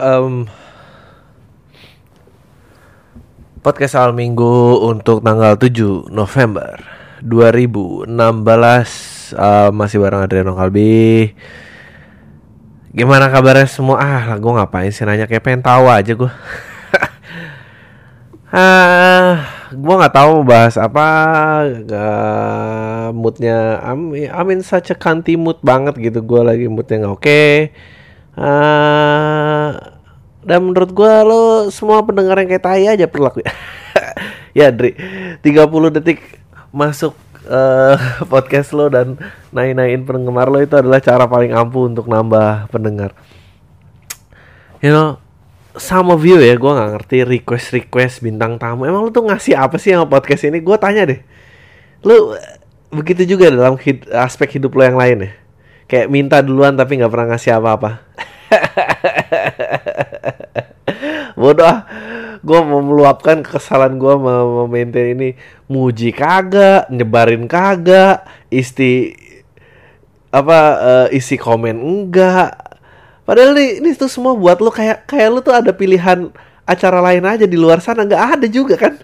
Em, Podcast awal minggu untuk tanggal 7 November 2016. Masih bareng Adriano Kalbi. Gimana kabarnya semua? Gue ngapain sih nanya, kayak pengen tahu aja gue. Gue nggak tahu mau bahas apa. Moodnya I'm in such a cunty mood banget gitu. Gue lagi moodnya nggak oke. Dan menurut gue lo semua pendengar yang kayak tai aja perilaku. Ya Dri, 30 detik masuk podcast lo dan naik-naikin penggemar lo itu adalah cara paling ampuh untuk nambah pendengar. You know, some of you ya, gue gak ngerti request bintang tamu. Emang lu tuh ngasih apa sih sama podcast ini? Gue tanya deh. Lu begitu juga dalam aspek hidup lo yang lain ya? Kayak minta duluan tapi gak pernah ngasih apa-apa. Bodoh, gue mau meluapkan kesalahan gue memaintain ini. Muji kagak, nyebarin kagak, isi komen enggak. Padahal ini tuh semua buat lu, kayak lu tuh ada pilihan acara lain aja di luar sana, nggak ada juga kan?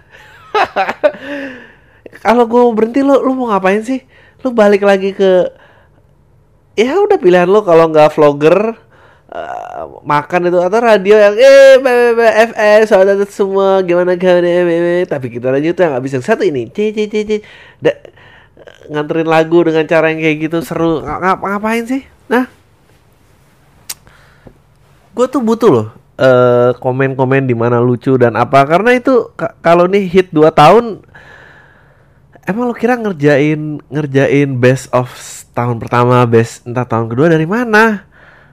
Kalau gue mau berhenti, lu mau ngapain sih? Lu balik lagi ke, ya udah pilihan lu. Kalau nggak vlogger, makan itu, atau radio yang FS saudara semua gimana, tapi kita lanjut yang abis yang satu ini nganterin lagu dengan cara yang kayak gitu seru. Ngapain sih? Nah, gue tuh butuh loh komen-komen di mana lucu dan apa, karena itu kalau nih hit 2 tahun, emang lo kira ngerjain best of tahun pertama, best entah tahun kedua dari mana?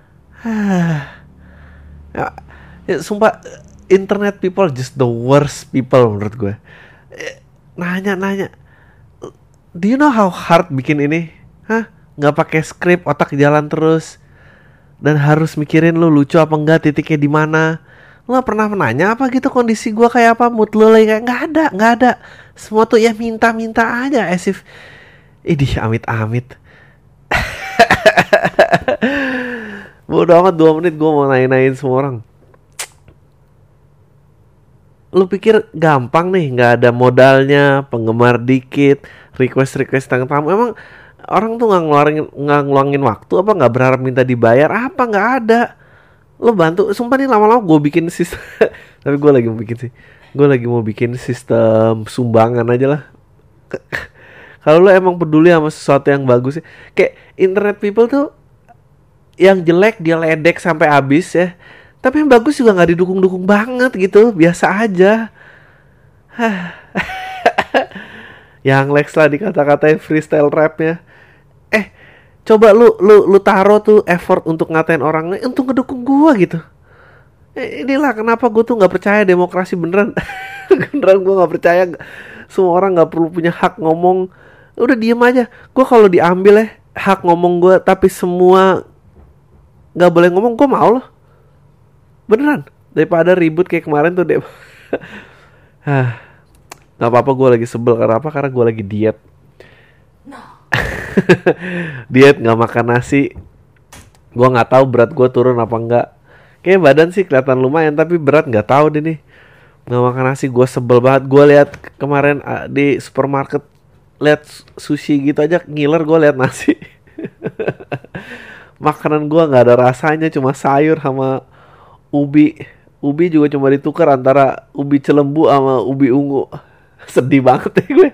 Ya, sumpah, internet people just the worst people menurut gue. Nanya, do you know how hard bikin ini? Nggak pakai skrip, otak jalan terus, dan harus mikirin lu lucu apa enggak, titiknya di mana. Lu gak pernah menanya apa gitu kondisi gue kayak apa, mood lu lagi kayak, nggak ada. Semua tuh ya minta aja, as if amit-amit. Bodoh amat, 2 menit gue mau naik-naikin semua orang. Lu pikir gampang nih, gak ada modalnya, penggemar dikit, request tentang tamu. Emang orang tuh gak ngeluangin waktu apa, gak berharap minta dibayar apa, gak ada. Lu bantu, sumpah nih lama-lama gue bikin sistem. Tapi gue lagi mau bikin sistem sumbangan aja lah. Kalau lu emang peduli sama sesuatu yang bagus, kayak internet people tuh, yang jelek dia ledek sampai habis ya, tapi yang bagus juga nggak didukung banget gitu, biasa aja. Yang Lex lah dikata-katain freestyle rapnya. Coba lu taro tuh effort untuk ngatain orang, untuk ngedukung gua gitu. Inilah kenapa gua tuh nggak percaya demokrasi beneran. Beneran gua nggak percaya semua orang nggak perlu punya hak ngomong. Udah diem aja. Gua kalau diambil hak ngomong gua, tapi semua nggak boleh ngomong, gue mau loh, beneran, daripada ribut kayak kemarin tuh deh. Nggak apa-apa, gue lagi sebel karena gue lagi diet. Diet, nggak makan nasi. Gue nggak tahu berat gue turun apa enggak. Kayak badan sih kelihatan lumayan, tapi berat nggak tahu deh nih. Nggak makan nasi, gue sebel banget. Gue lihat kemarin di supermarket, lihat sushi gitu aja ngiler, gue lihat nasi. Makanan gue nggak ada rasanya, cuma sayur sama ubi juga cuma ditukar antara ubi celembu sama ubi ungu. Sedih banget ya gue.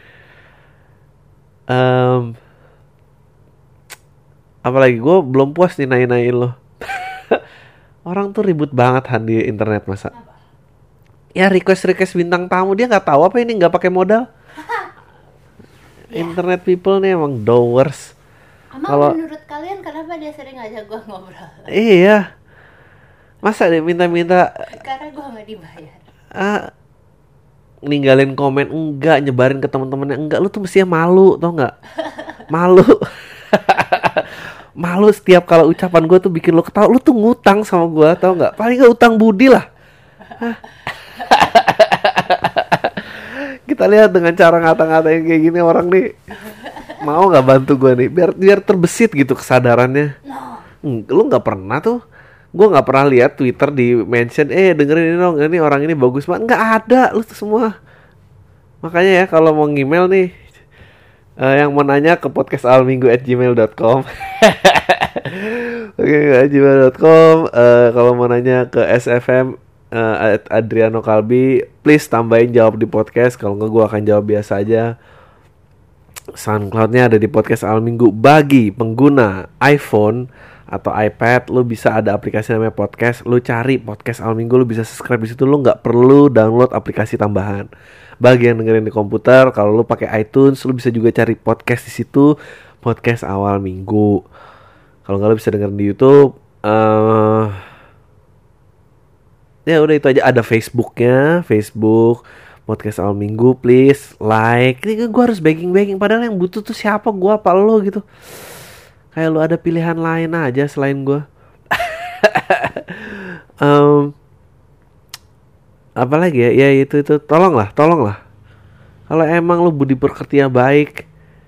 Apalagi gue belum puas nih naik-naikin lo. Orang tuh ribut banget di internet, masa ya request bintang tamu, dia nggak tahu apa ini nggak pakai modal. Internet people nih emang the worst. Emang menurut kalian kenapa dia sering ngajak gue ngobrol? Iya, masa dia minta Karena gue nggak dibayar. Ninggalin komen enggak, nyebarin ke teman-temannya enggak. Lu tuh mestinya malu, tau nggak? Malu setiap kalau ucapan gue tuh bikin lu ketawa. Lu tuh ngutang sama gue, tau nggak? Paling nggak utang budi lah. Kita lihat dengan cara ngata-ngatain kayak gini orang nih, mau nggak bantu gue nih biar terbesit gitu kesadarannya. Lu nggak pernah tuh Gue nggak pernah lihat Twitter di mention dengerin ini dong, ini orang ini bagus banget. Nggak ada lu tuh semua. Makanya ya kalau mau ngemail nih, yang mau nanya ke podcastalminggu@gmail.com. Oke, gmail.com. Kalau mau nanya ke SFM Adriano Kalbi, please tambahin jawab di podcast. Kalau nggak gue akan jawab biasa aja. SoundCloud-nya ada di Podcast Al Minggu. Bagi pengguna iPhone atau iPad, lu bisa ada aplikasi namanya Podcast. Lu cari Podcast Al Minggu, lu bisa subscribe di situ. Lu nggak perlu download aplikasi tambahan. Bagi yang dengerin di komputer, kalau lu pakai iTunes, lu bisa juga cari podcast di situ, Podcast Awal Minggu. Kalau nggak, lu bisa dengerin di YouTube. Ya udah itu aja. Ada Facebooknya, Facebook Podcast Awal Minggu, please like. Ini gue harus begging, padahal yang butuh tuh siapa, gue apa lo gitu. Kayak lu ada pilihan lain aja selain gue. Apalagi ya, ya itu tolonglah. Kalau emang lu budi pekertinya baik.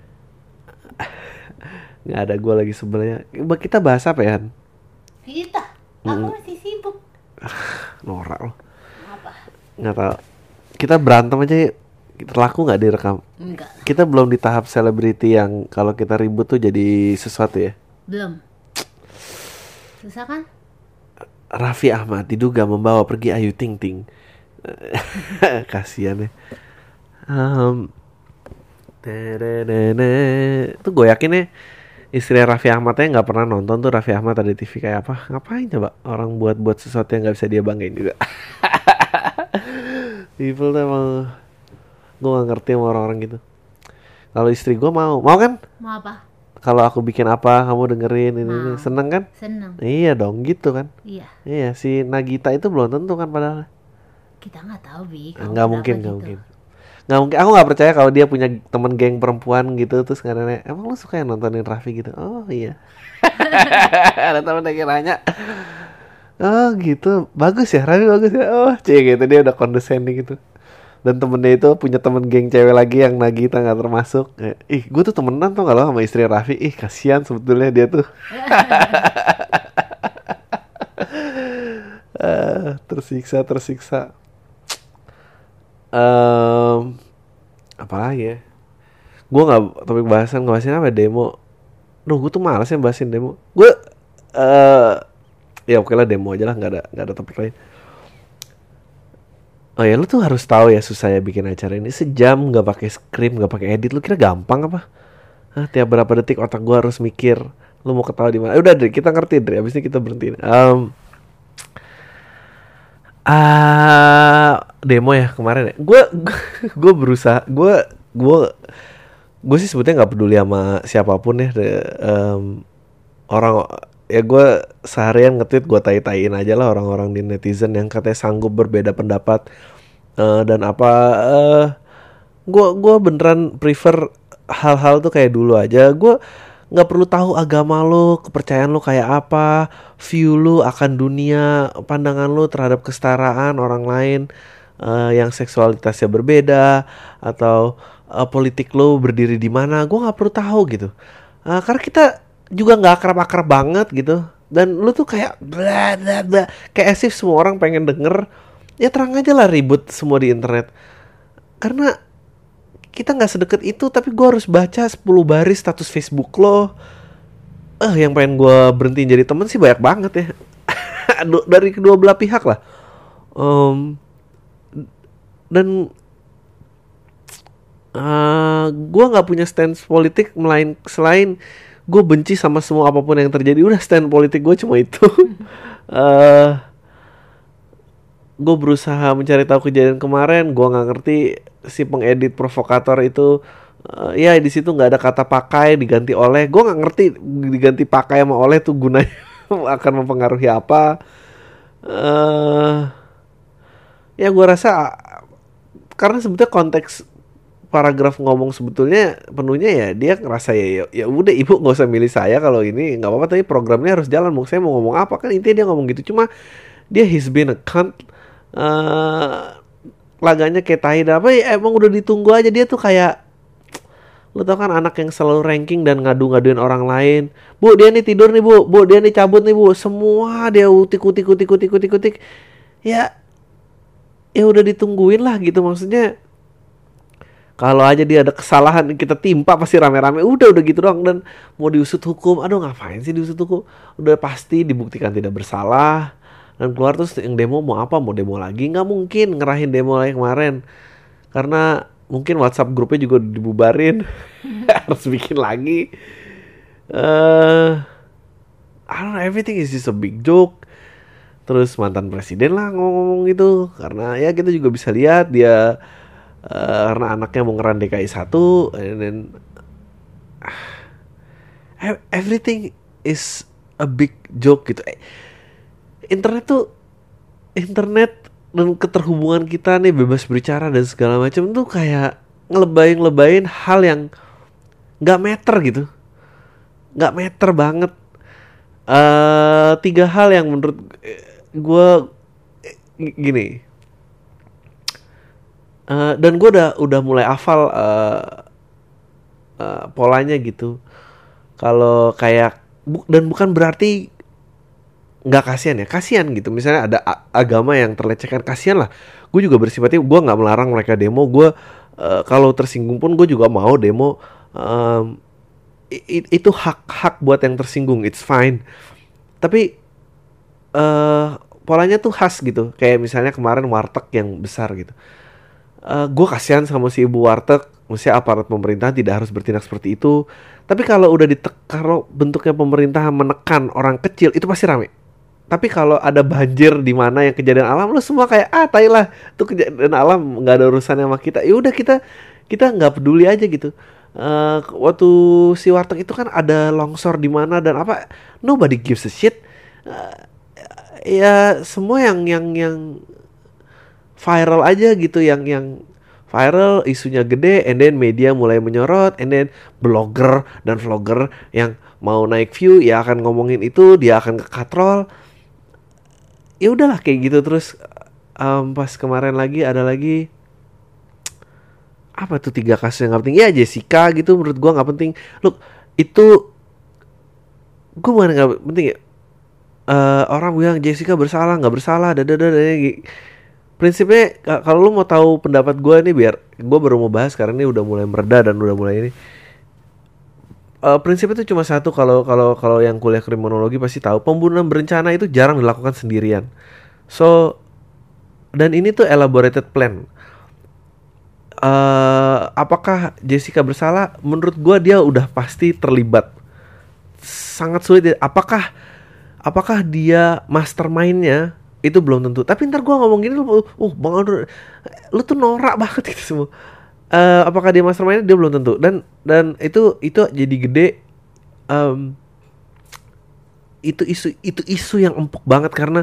Nggak ada, gue lagi sebenarnya. Kita bahas apa ya? Kita, aku masih sibuk. Norak lo. Apa? Nggak tahu. Kita berantem aja ya. Terlaku nggak direkam? Enggak. Kita belum di tahap selebriti yang kalau kita ribut tuh jadi sesuatu ya. Belum. Susah kan? Raffi Ahmad diduga membawa pergi Ayu Ting Ting. Kasian ya. Tuh gue yakin ya, istri Raffi Ahmadnya nggak pernah nonton tuh Raffi Ahmad ada TV kayak apa. Ngapain coba orang buat sesuatu yang nggak bisa dia banggain juga. People tuh emang, gue gak ngerti sama orang-orang gitu. Kalau istri gue mau kan? Mau apa? Kalau aku bikin apa, kamu dengerin ini, seneng kan? Seneng. Iya dong, gitu kan? Iya. Iya, si Nagita itu belum tentu kan padahal. Kita nggak tahu Bi. Nggak mungkin. Nggak mungkin. Aku nggak percaya kalau dia punya temen geng perempuan gitu terus nanya, emang lu suka yang nontonin Raffi gitu? Oh iya. Ada temen yang nanya. Oh gitu, bagus ya Raffi, bagus ya. Oh gitu, dia udah condescending gitu. Dan temennya itu punya temen geng cewek lagi yang Nagita nggak termasuk. Gue tuh temenan tuh gak lo sama istri Raffi. Kasihan sebetulnya dia tuh. Tersiksa. Apalagi ya? Gue nggak, topik ngebahasin apa demo. Gue tuh malas ya bahasin demo. Gue ya oke lah demo aja lah, nggak ada topik lain. Oh ya, lu tuh harus tahu ya susahnya bikin acara ini. Sejam nggak pakai script, nggak pakai edit, lu kira gampang apa? Tiap berapa detik otak gue harus mikir lu mau ketawa di mana. Udah Dre, kita ngerti Dre, abis ini kita berhenti. Demo ya kemarin ya. Gue berusaha, gue sih sebetulnya nggak peduli sama siapapun ya. Orang ya, gue seharian nge-tweet, gue tai-taiin aja lah orang-orang di netizen yang katanya sanggup berbeda pendapat dan apa. Gue beneran prefer hal-hal tuh kayak dulu aja. Gue nggak perlu tahu agama lo, kepercayaan lo kayak apa, view lo akan dunia, pandangan lo terhadap kesetaraan orang lain yang seksualitasnya berbeda, atau politik lo berdiri di mana. Gue nggak perlu tahu gitu, karena kita juga nggak akrab-akrab banget gitu. Dan lu tuh kayak bla bla bla, kayak as if semua orang pengen denger. Ya terang aja lah ribut semua di internet, karena kita nggak sedekat itu. Tapi gue harus baca 10 baris status Facebook lo. Yang pengen gue berhentiin jadi temen sih banyak banget ya. Dari kedua belah pihak lah. Dan gue nggak punya stance politik selain gue benci sama semua apapun yang terjadi. Udah, stand politik gue cuma itu. Gue berusaha mencari tahu kejadian kemarin. Gue nggak ngerti si pengedit provokator itu. Ya di situ nggak ada kata pakai, diganti oleh. Gue nggak ngerti diganti pakai sama oleh tuh gunanya akan mempengaruhi apa. Ya gue rasa karena sebetulnya konteks paragraf ngomong sebetulnya penuhnya ya dia ngerasa ya udah ibu nggak usah milih saya kalau ini nggak apa-apa, tapi programnya harus jalan. Mau saya mau ngomong apa kan, intinya dia ngomong gitu. Cuma dia he's been a cunt, laganya kayak tai apa ya, emang udah ditunggu aja. Dia tuh kayak Lu tau kan anak yang selalu ranking dan ngadu-ngaduin orang lain. Bu, dia nih tidur nih, Bu. Bu, dia nih cabut nih, Bu. Semua dia utik. Ya, ya udah ditungguin lah gitu. Maksudnya kalau aja dia ada kesalahan kita timpa pasti rame-rame. Udah gitu doang. Dan mau diusut hukum. Aduh, ngapain sih diusut hukum? Udah pasti dibuktikan tidak bersalah. Dan keluar terus yang demo mau apa? Mau demo lagi? Nggak mungkin ngerahin demo lagi kemarin. Karena mungkin WhatsApp grupnya juga dibubarin. Harus bikin lagi. I don't know, everything is just a big joke. Terus mantan presiden lah ngomong-ngomong gitu. Karena ya kita juga bisa lihat dia karena anaknya mau ngeran DKI 1, and then everything is a big joke gitu. Internet dan keterhubungan kita nih, bebas berbicara dan segala macam tuh kayak ngelebayin hal yang nggak meter gitu, nggak meter banget. 3 hal yang menurut gue gini, dan gue udah mulai hafal polanya gitu. Kalau kayak dan bukan berarti nggak kasihan ya, kasihan gitu. Misalnya ada agama yang terlecehkan, kasihan lah. Gue juga bersimpati, gue nggak melarang mereka demo. Gue kalau tersinggung pun gue juga mau demo. Itu hak buat yang tersinggung, it's fine. Tapi polanya tuh khas gitu. Kayak misalnya kemarin warteg yang besar gitu. Gue kasihan sama si ibu warteg. Maksudnya aparat pemerintah tidak harus bertindak seperti itu. Tapi kalau udah kalau bentuknya pemerintah menekan orang kecil, itu pasti rame. Tapi kalau ada banjir di mana yang kejadian alam, lu semua kayak tai lah, tuh kejadian alam nggak ada urusannya sama kita. Ya udah kita nggak peduli aja gitu. Waktu si warteg itu kan ada longsor di mana dan apa, nobody gives a shit. Ya semua yang viral aja gitu, yang viral, isunya gede, and then media mulai menyorot, and then blogger dan vlogger yang mau naik view ya akan ngomongin itu, dia akan kekatrol. Ya udahlah kayak gitu terus. Pas kemarin lagi ada lagi apa tuh 3 kasus yang nggak penting ya, Jessica gitu, menurut gua nggak penting. Look, itu gua bukan nggak penting ya. Orang bilang Jessica bersalah nggak bersalah, prinsipnya kalau lu mau tahu pendapat gue nih, biar gue baru mau bahas karena ini udah mulai mereda dan udah mulai ini. Prinsipnya itu cuma satu, kalau yang kuliah kriminologi pasti tahu, pembunuhan berencana itu jarang dilakukan sendirian. So, dan ini tuh elaborated plan. Apakah Jessica bersalah? Menurut gue dia udah pasti terlibat. Sangat sulit. Apakah dia mastermind-nya? Itu belum tentu. Tapi ntar gue ngomong gini Bang Aldo, lu tuh norak banget gitu semua. Apakah dia mastermind? Dia belum tentu. Dan itu jadi gede. Itu isu yang empuk banget karena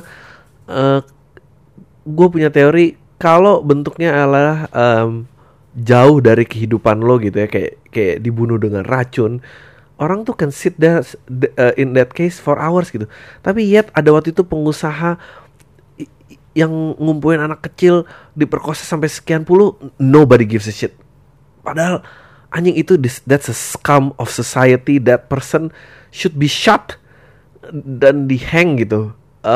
gue punya teori kalau bentuknya adalah jauh dari kehidupan lo gitu ya, kayak dibunuh dengan racun, orang tuh can sit there in that case for hours gitu. Tapi yet ada waktu itu pengusaha yang ngumpulin anak kecil diperkosa sampai sekian puluh, nobody gives a shit. Padahal anjing itu that's a scum of society. That person should be shot dan dihang gitu.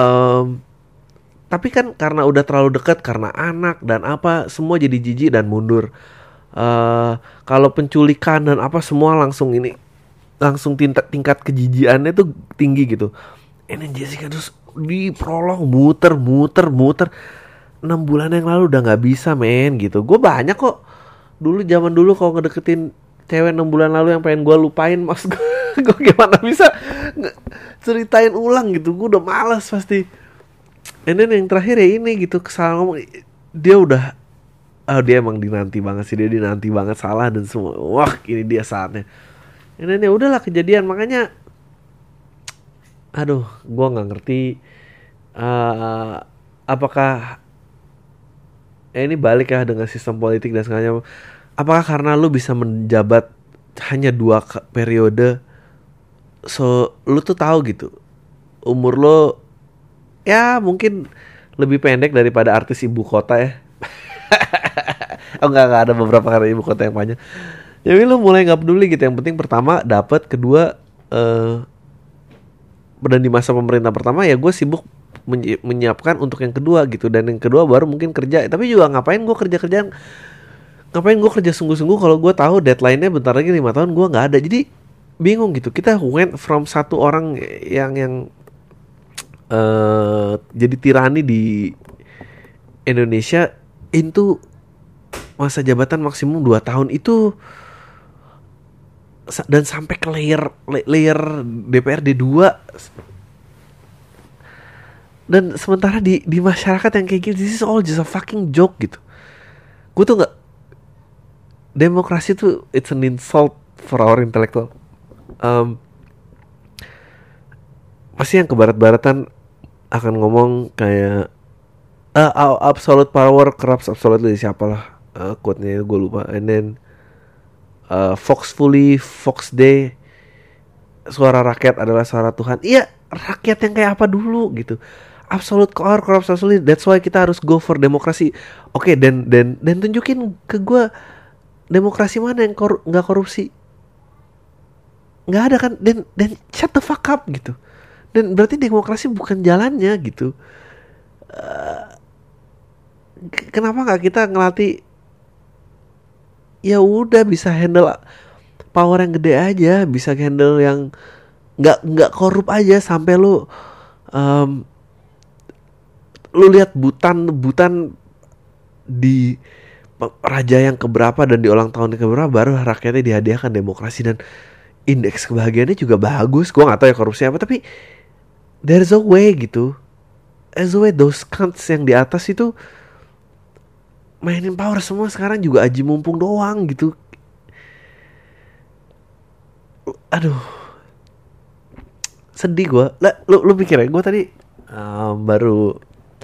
Tapi kan karena udah terlalu dekat, karena anak dan apa, semua jadi jijik dan mundur. Kalau penculikan dan apa semua langsung tingkat kejijikannya tuh tinggi gitu. Ini Jessica terus diprolong muter 6 bulan yang lalu udah nggak bisa men gitu. Gue banyak kok zaman dulu kalau ngedeketin cewek 6 bulan lalu yang pengen gue lupain, mas gue gimana bisa ceritain ulang gitu. Gue udah malas pasti. And then yang terakhir ya ini gitu, kesalahan ngomong. Dia udah dia emang dinanti banget salah dan semua. Wah ini dia saatnya. And then ya udahlah kejadian, makanya aduh, gue nggak ngerti apakah ini balik ya dengan sistem politik dan segalanya. Apakah karena lu bisa menjabat hanya 2 periode, so lu tuh tahu gitu umur lu ya mungkin lebih pendek daripada artis ibu kota ya. Enggak ada beberapa karya ibu kota yang panjang. Jadi lu mulai nggak peduli gitu. Yang penting pertama dapat, kedua dan di masa pemerintah pertama ya gue sibuk menyiapkan untuk yang kedua gitu, dan yang kedua baru mungkin kerja. Tapi juga ngapain gue kerja sungguh-sungguh kalau gue tahu deadline-nya bentar lagi 5 tahun gue nggak ada. Jadi bingung gitu. Kita went from satu orang yang jadi tirani di Indonesia into masa jabatan maksimum 2 tahun itu, dan sampai ke layer DPRD 2. Dan sementara di masyarakat yang kayak gitu, this is all just a fucking joke gitu. Gue tuh nggak, demokrasi tuh it's an insult for our intellectual. Pasti yang kebarat-baratan akan ngomong kayak absolute power corrupts absolutely, siapalah quote-nya gue lupa. And then Foxfully, Fox Day, suara rakyat adalah suara Tuhan. Iya, rakyat yang kayak apa dulu gitu. Absolute power corrupts absolutely. That's why kita harus go for demokrasi. Oke, dan tunjukin ke gue demokrasi mana yang nggak korupsi. Nggak ada kan. Dan shut the fuck up gitu. Dan berarti demokrasi bukan jalannya gitu. Kenapa nggak kita ngelatih? Ya udah, bisa handle power yang gede aja, bisa handle yang nggak korup aja, sampai lu lihat Butan di raja yang keberapa dan di ulang tahun yang keberapa baru rakyatnya dihadiahkan demokrasi, dan indeks kebahagiaannya juga bagus. Gue nggak tahu ya korupsi apa, tapi there's a way gitu. There's a way. Those cunts yang di atas itu mainin power semua sekarang juga aji mumpung doang gitu. Aduh, sedih gue. Lu pikir ya, gue tadi baru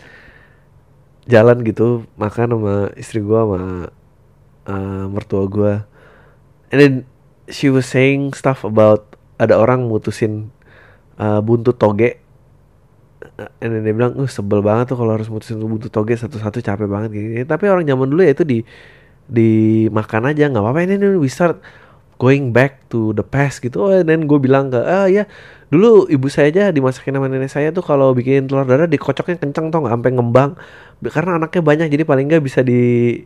jalan gitu makan sama istri gue sama mertua gue, and then she was saying stuff about ada orang mutusin buntut toge, and then dia bilang sebel banget tuh kalau harus mutusin buntut toge satu-satu, capek banget gini. Tapi orang zaman dulu ya itu dimakan aja nggak apa-apa. Ini we start going back to the past gitu. And then gue bilang ke ya dulu ibu saya aja dimasakin sama nenek saya tuh kalau bikin telur dadar dikocoknya kenceng tau nggak, sampai ngembang, karena anaknya banyak jadi paling nggak bisa di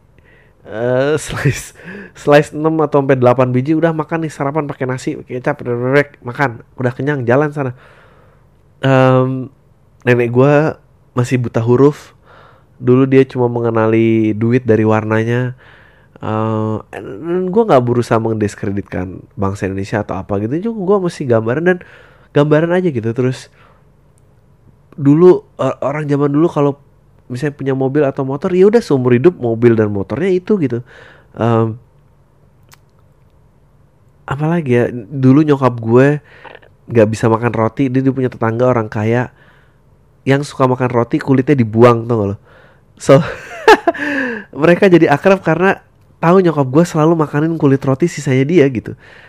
slice 6 atau sampai 8 biji udah makan nih, sarapan pakai nasi kecap, makan udah kenyang, jalan sana. Nenek gue masih buta huruf. Dulu dia cuma mengenali duit dari warnanya. Gue nggak berusaha mendiskreditkan bangsa Indonesia atau apa gitu, juga gue mesti gambaran aja gitu. Terus dulu orang zaman dulu kalau misalnya punya mobil atau motor, ya udah seumur hidup mobil dan motornya itu gitu. Apalagi ya, dulu nyokap gue nggak bisa makan roti, dia punya tetangga orang kaya yang suka makan roti kulitnya dibuang, tau gak lo? So mereka jadi akrab karena tahu nyokap gue selalu makanin kulit roti sisanya dia gitu.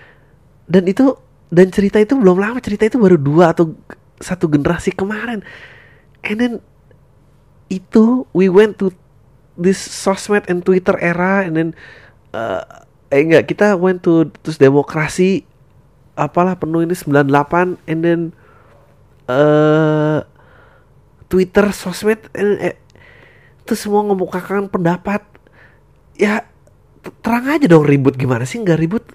Dan cerita itu belum lama, cerita itu baru 2 atau 1 generasi kemarin. And then itu we went to this sosmed and Twitter era, and then kita went to terus demokrasi apalah penuh ini 98, and then Twitter, sosmed, itu semua ngemukakan pendapat. Ya terang aja dong, ribut gimana sih? Nggak ribut.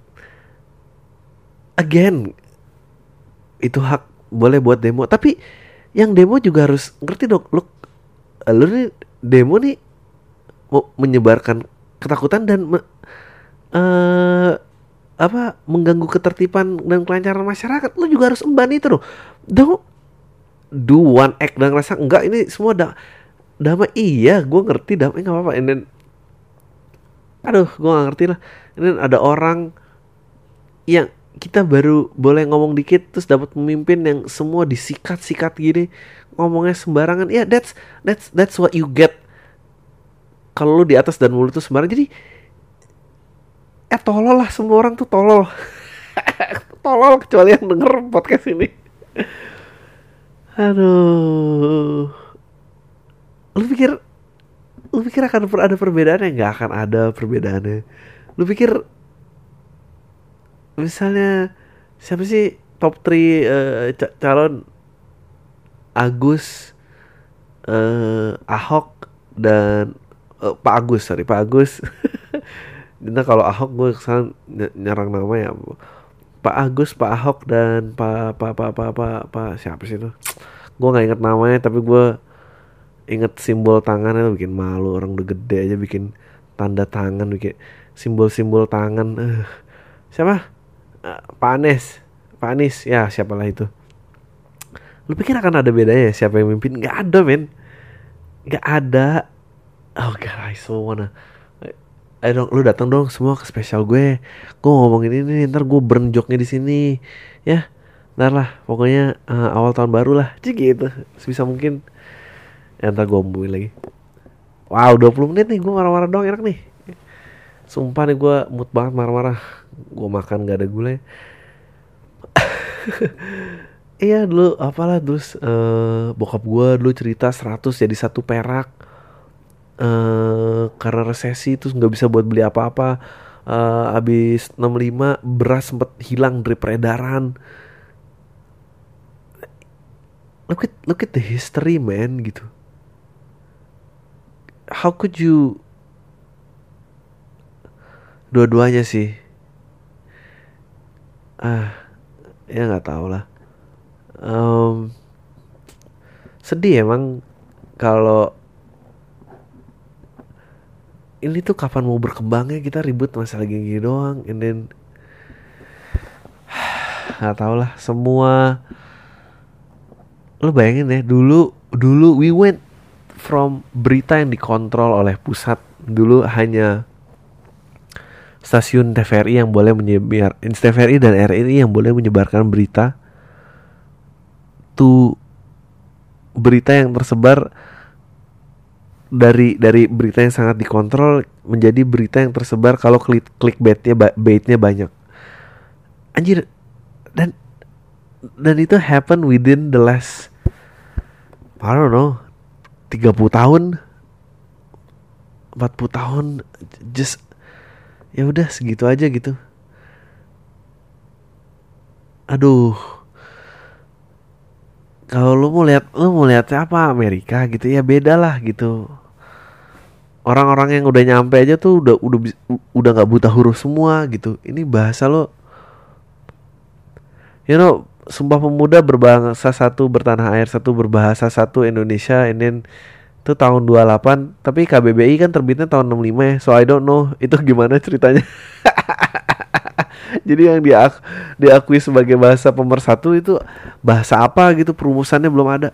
Again, itu hak, boleh buat demo, tapi yang demo juga harus ngerti dong. Lu nih demo nih mau menyebarkan ketakutan dan mengganggu ketertiban dan kelancaran masyarakat. Lu juga harus emban itu loh. Don't do one act dan ngerasa enggak ini semua damai. Iya, gue ngerti damai nggak apa-apa. And then gue nggak ngerti lah. And then ada orang yang kita baru boleh ngomong dikit terus dapat pemimpin yang semua disikat-sikat gini, ngomongnya sembarangan. Ya that's what you get kalau lu di atas dan mulut tuh sembarang. Jadi tolol lah, semua orang tuh tolol. Tolol kecuali yang denger podcast ini. Aduh, lu pikir akan ada perbedaannya? Nggak akan ada perbedaannya. Lu pikir misalnya siapa sih top 3 calon Agus, Ahok dan Pak Agus, sorry Pak Agus. Nah kalau Ahok gue kesana nyerang nama ya Pak Agus, Pak Ahok dan Pak siapa sih itu? Gue nggak inget namanya tapi gue inget simbol tangannya tuh bikin malu, orang udah gede aja bikin tanda tangan, bikin simbol-simbol tangan. Siapa? Pak Anies, Pak Anies ya siapalah itu. Lu pikir akan ada bedanya siapa yang mimpin? Nggak ada men, nggak ada. Oh god, I so wanna. Ayo dong, lu datang dong semua ke spesial gue. Gue ngomongin ini, ntar gue burn joke-nya di sini, ya. Ntar lah, pokoknya awal tahun baru lah, cik gitu. Sebisa mungkin. Ya, ntar gue omongin lagi. Wow, 20 menit nih, gue marah-marah doang enak nih. Sumpah nih gue mood banget marah-marah. Gue makan gak ada gulanya. Iya dulu apalah terus bokap gue dulu cerita 100 jadi 1 perak karena resesi terus nggak bisa buat beli apa-apa. Abis 65 beras sempet hilang dari peredaran. Look at the history man gitu. How could you, dua-duanya sih ya nggak tahu lah. Sedih emang kalau ini tuh kapan mau berkembangnya, kita ribut masalah gini doang, and then nggak tau lah semua. Lo bayangin ya dulu we went from berita yang dikontrol oleh pusat, dulu hanya stasiun TVRI yang boleh TVRI dan RRI yang boleh menyebarkan berita, tuh berita yang tersebar dari berita yang sangat dikontrol menjadi berita yang tersebar kalau baitnya banyak. Anjir, dan itu happen within the last I don't know 30 tahun 40 tahun, just ya udah segitu aja gitu. Aduh, kalau lu mau lihat apa Amerika gitu ya beda lah gitu. Orang-orang yang udah nyampe aja tuh udah nggak buta huruf semua gitu. Ini bahasa lo, you know, Sumpah Pemuda berbangsa satu, bertanah air satu, berbahasa satu, Indonesia. And then itu tahun 28, tapi KBBI kan terbitnya tahun 65 ya. So I don't know itu gimana ceritanya. Jadi yang diakui sebagai bahasa pemersatu itu bahasa apa gitu, perumusannya belum ada.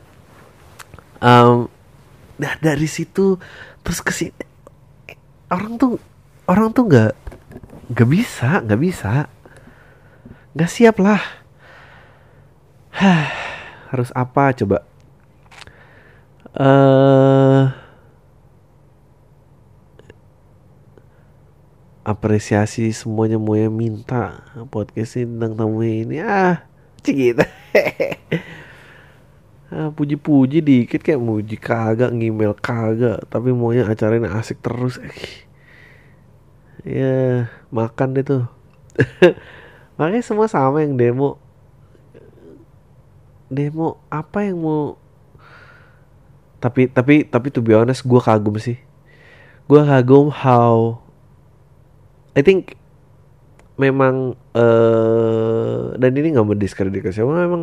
Nah dari situ terus kesini orang tuh nggak bisa nggak siap lah. Harus apa coba? Apresiasi semuanya minta podcast ini tentang tamu ini cik gitu. Puji-puji dikit kayak muji kagak, ngemail kagak, tapi maunya acaranya asik terus. Ya makan deh tuh. Makanya semua sama yang demo apa yang mau. Tapi to be honest gue kagum sih. Gue kagum how I think memang dan ini nggak mendiskreditasi,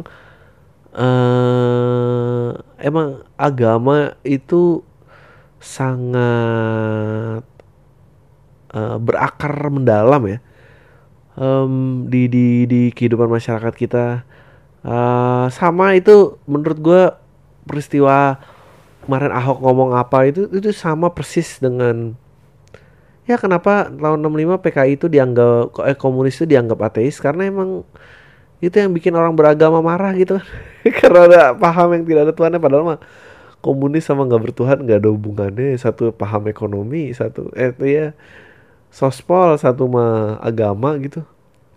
emang agama itu sangat berakar mendalam ya di kehidupan masyarakat kita. Sama itu menurut gue peristiwa kemarin Ahok ngomong apa itu sama persis dengan ya kenapa tahun 65 PKI itu dianggap komunis itu dianggap ateis, karena emang itu yang bikin orang beragama marah gitu kan. Karena ada paham yang tidak ada Tuhannya, padahal mah komunis sama nggak bertuhan nggak ada hubungannya. Satu paham ekonomi, satu itu ya sospol, satu mah agama gitu.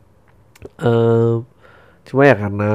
Cuma ya karena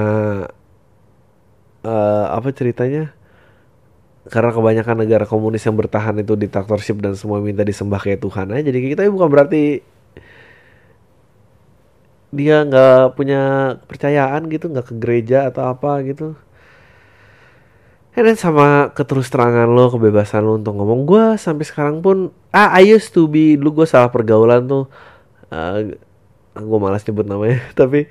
apa ceritanya, karena kebanyakan negara komunis yang bertahan itu diktatorship dan semua minta disembah kayak Tuhan aja. Jadi kita bukan berarti dia nggak punya kepercayaan gitu, nggak ke gereja atau apa gitu. Dan sama keterus terangan lo, kebebasan lo untuk ngomong. Gue sampai sekarang pun, I used to be, dulu gue salah pergaulan tuh. Gue malas nyebut namanya, tapi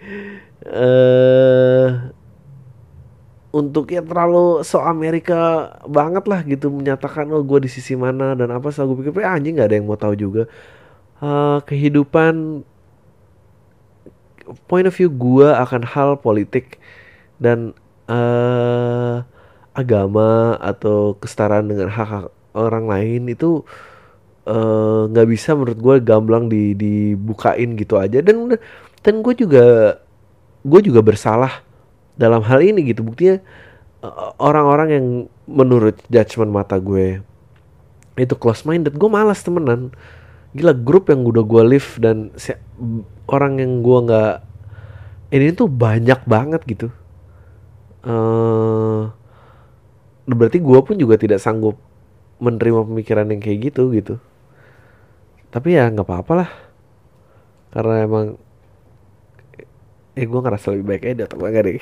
untuk ya terlalu so Amerika banget lah gitu, menyatakan oh gue di sisi mana dan apa. Setelah gue pikir, anjing nggak ada yang mau tahu juga. Kehidupan, point of view gue akan hal politik dan agama atau kesetaraan dengan hak orang lain itu nggak bisa menurut gue gamblang dibukain gitu aja. Dan gue juga bersalah dalam hal ini gitu. Buktinya orang-orang yang menurut judgement mata gue itu close minded, gue malas temenan. Gila, grup yang udah gue leave dan orang yang gue nggak ini tuh banyak banget gitu. Berarti gue pun juga tidak sanggup menerima pemikiran yang kayak gitu. Tapi ya nggak apa-apa lah, karena emang gue ngerasa lebih baik aja atau enggak deh.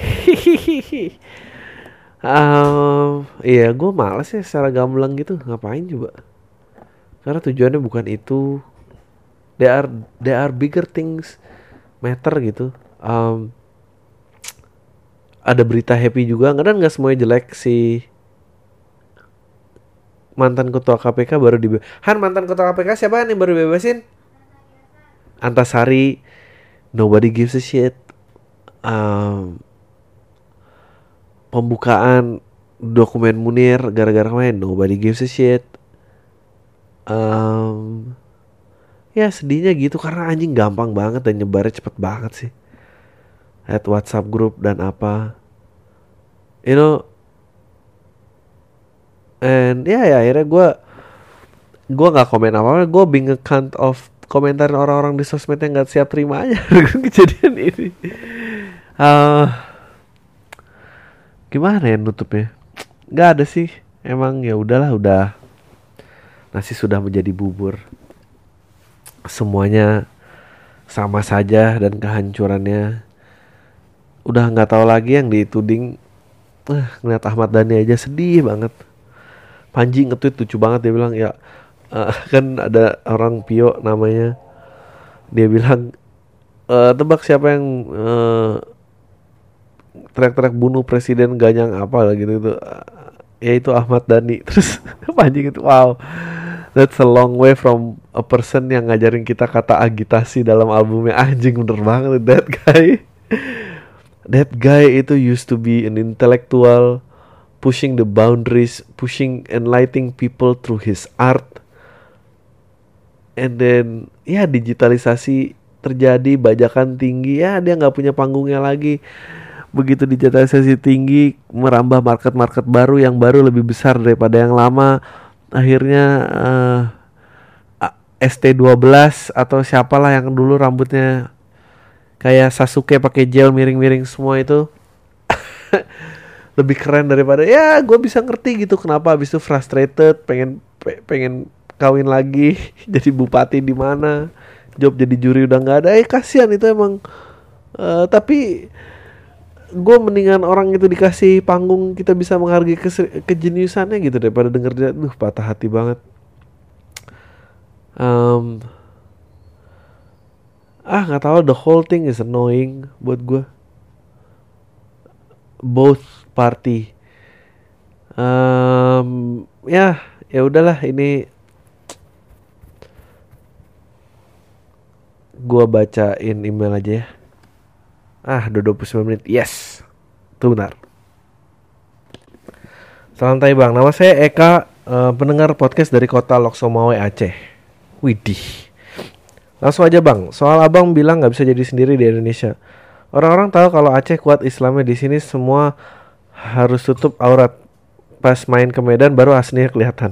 Iya, gue malas ya secara gamblang gitu, ngapain coba? Karena tujuannya bukan itu. There are bigger things matter gitu. Ada berita happy juga, dan nggak semuanya jelek. Si mantan ketua KPK baru mantan ketua KPK siapa nih baru bebasin? Antasari. Nobody gives a shit. Pembukaan dokumen Munir gara-gara main, nobody gives a shit. Ya sedihnya gitu, karena anjing gampang banget dan nyebarnya cepet banget sih. At WhatsApp group dan apa, you know. And ya akhirnya gue nggak komen apa-apa. Gue being a kind of komentarin orang-orang di sosmed yang nggak siap terima aja dengan kejadian ini. Gimana ya nutupnya? Nggak ada sih. Emang ya udahlah, udah nasi sudah menjadi bubur. Semuanya sama saja dan kehancurannya udah nggak tahu lagi. Yang dituding, ngeliat Ahmad Dhani aja sedih banget. Panji nge-tweet lucu banget, dia bilang ya kan ada orang Pio namanya, dia bilang tebak siapa yang teriak-teriak bunuh presiden ganyang apa gitu, ya itu Ahmad Dhani. Terus Panji gitu, wow, that's a long way from a person yang ngajarin kita kata agitasi dalam albumnya. Anjing, bener banget that guy itu used to be an intellectual, pushing the boundaries, pushing enlightening people through his art. And then ya digitalisasi terjadi, bajakan tinggi, ya dia nggak punya panggungnya lagi. Begitu digitalisasi tinggi, merambah market baru, yang baru lebih besar daripada yang lama. Akhirnya ST12 atau siapalah yang dulu rambutnya kayak Sasuke pakai gel miring-miring semua itu lebih keren daripada, ya gue bisa ngerti gitu kenapa abis itu frustrated, pengen kawin lagi, jadi bupati di mana, job jadi juri udah nggak ada. Kasihan itu emang. Tapi gue mendingan orang itu dikasih panggung, kita bisa menghargai kejeniusannya gitu, daripada denger dia patah hati banget. Nggak tahu, the whole thing is annoying buat gue, both party. Ya udahlah, ini gue bacain email aja ya. Udah 29 menit. Yes, tuh benar. Santai bang, nama saya Eka, pendengar podcast dari kota Lhokseumawe, Aceh. Widih. Langsung aja bang, soal abang bilang gak bisa jadi sendiri di Indonesia. Orang-orang tahu kalau Aceh kuat Islamnya, di sini semua harus tutup aurat. Pas main ke Medan baru aslinya kelihatan.